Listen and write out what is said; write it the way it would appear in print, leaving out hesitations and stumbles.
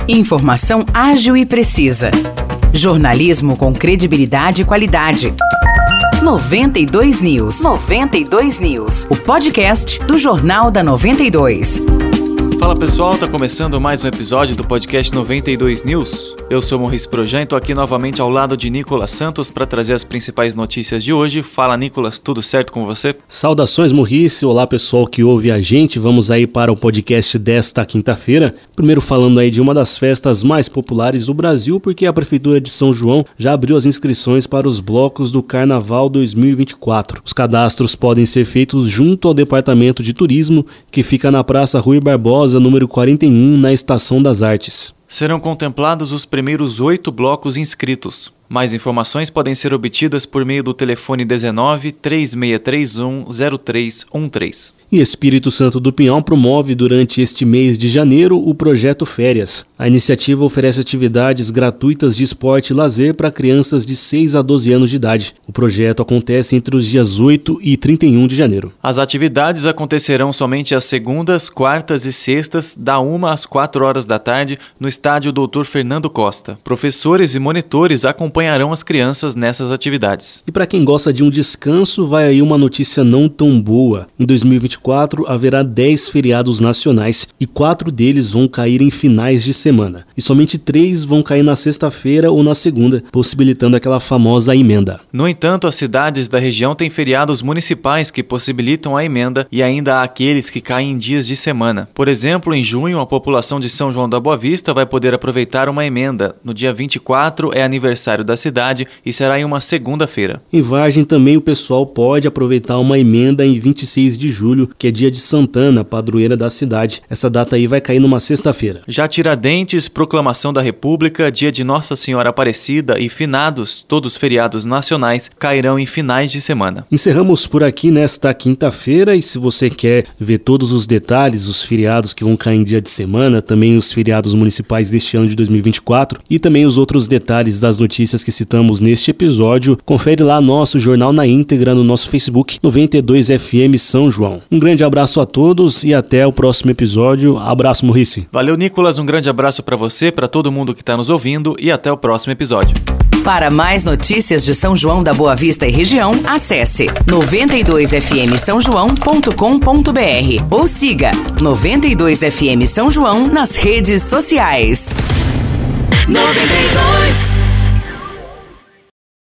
Informação ágil e precisa. Jornalismo com credibilidade e qualidade. 92 News. 92 News. O podcast do Jornal da 92. Fala pessoal, tá começando mais um episódio do podcast 92 News. Eu sou Maurício Projan e tô aqui novamente ao lado de Nicolas Santos para trazer as principais notícias de hoje. Fala Nicolas, tudo certo com você? Saudações Maurício, olá pessoal que ouve a gente, vamos aí para o podcast desta quinta-feira. Primeiro falando aí de uma das festas mais populares do Brasil, porque a Prefeitura de São João já abriu as inscrições para os blocos do Carnaval 2024. Os cadastros podem ser feitos junto ao Departamento de Turismo, que fica na Praça Rui Barbosa, número 41, na Estação das Artes. Serão contemplados os primeiros 8 blocos inscritos. Mais informações podem ser obtidas por meio do telefone 19 3631 0313. E Espírito Santo do Pinhal promove durante este mês de janeiro o Projeto Férias. A iniciativa oferece atividades gratuitas de esporte e lazer para crianças de 6 a 12 anos de idade. O projeto acontece entre os dias 8 e 31 de janeiro. As atividades acontecerão somente às segundas, quartas e sextas, da 1 às 4 horas da tarde, no estádio Dr. Fernando Costa. Professores e monitores acompanharão as crianças nessas atividades. E para quem gosta de um descanso, vai aí uma notícia não tão boa. Em 2024 haverá 10 feriados nacionais e 4 deles vão cair em finais de semana. E somente 3 vão cair na sexta-feira ou na segunda, possibilitando aquela famosa emenda. No entanto, as cidades da região têm feriados municipais que possibilitam a emenda e ainda há aqueles que caem em dias de semana. Por exemplo, em junho, a população de São João da Boa Vista vai poder aproveitar uma emenda. No dia 24 é aniversário da cidade e será em uma segunda-feira. Em Vargem também o pessoal pode aproveitar uma emenda em 26 de julho, que é dia de Santana, padroeira da cidade. Essa data aí vai cair numa sexta-feira. Já Tiradentes, Proclamação da República, dia de Nossa Senhora Aparecida e finados, todos feriados nacionais, cairão em finais de semana. Encerramos por aqui nesta quinta-feira e se você quer ver todos os detalhes, os feriados que vão cair em dia de semana, também os feriados municipais deste ano de 2024 e também os outros detalhes das notícias que citamos neste episódio, confere lá nosso jornal na íntegra no nosso Facebook 92 FM São João. Um grande abraço a todos e até o próximo episódio. Abraço, Maurício. Valeu, Nicolas. Um grande abraço para você, para todo mundo que está nos ouvindo e até o próximo episódio. Para mais notícias de São João da Boa Vista e região, acesse 92fmsaojoão.com.br ou siga 92 FM São João nas redes sociais. 92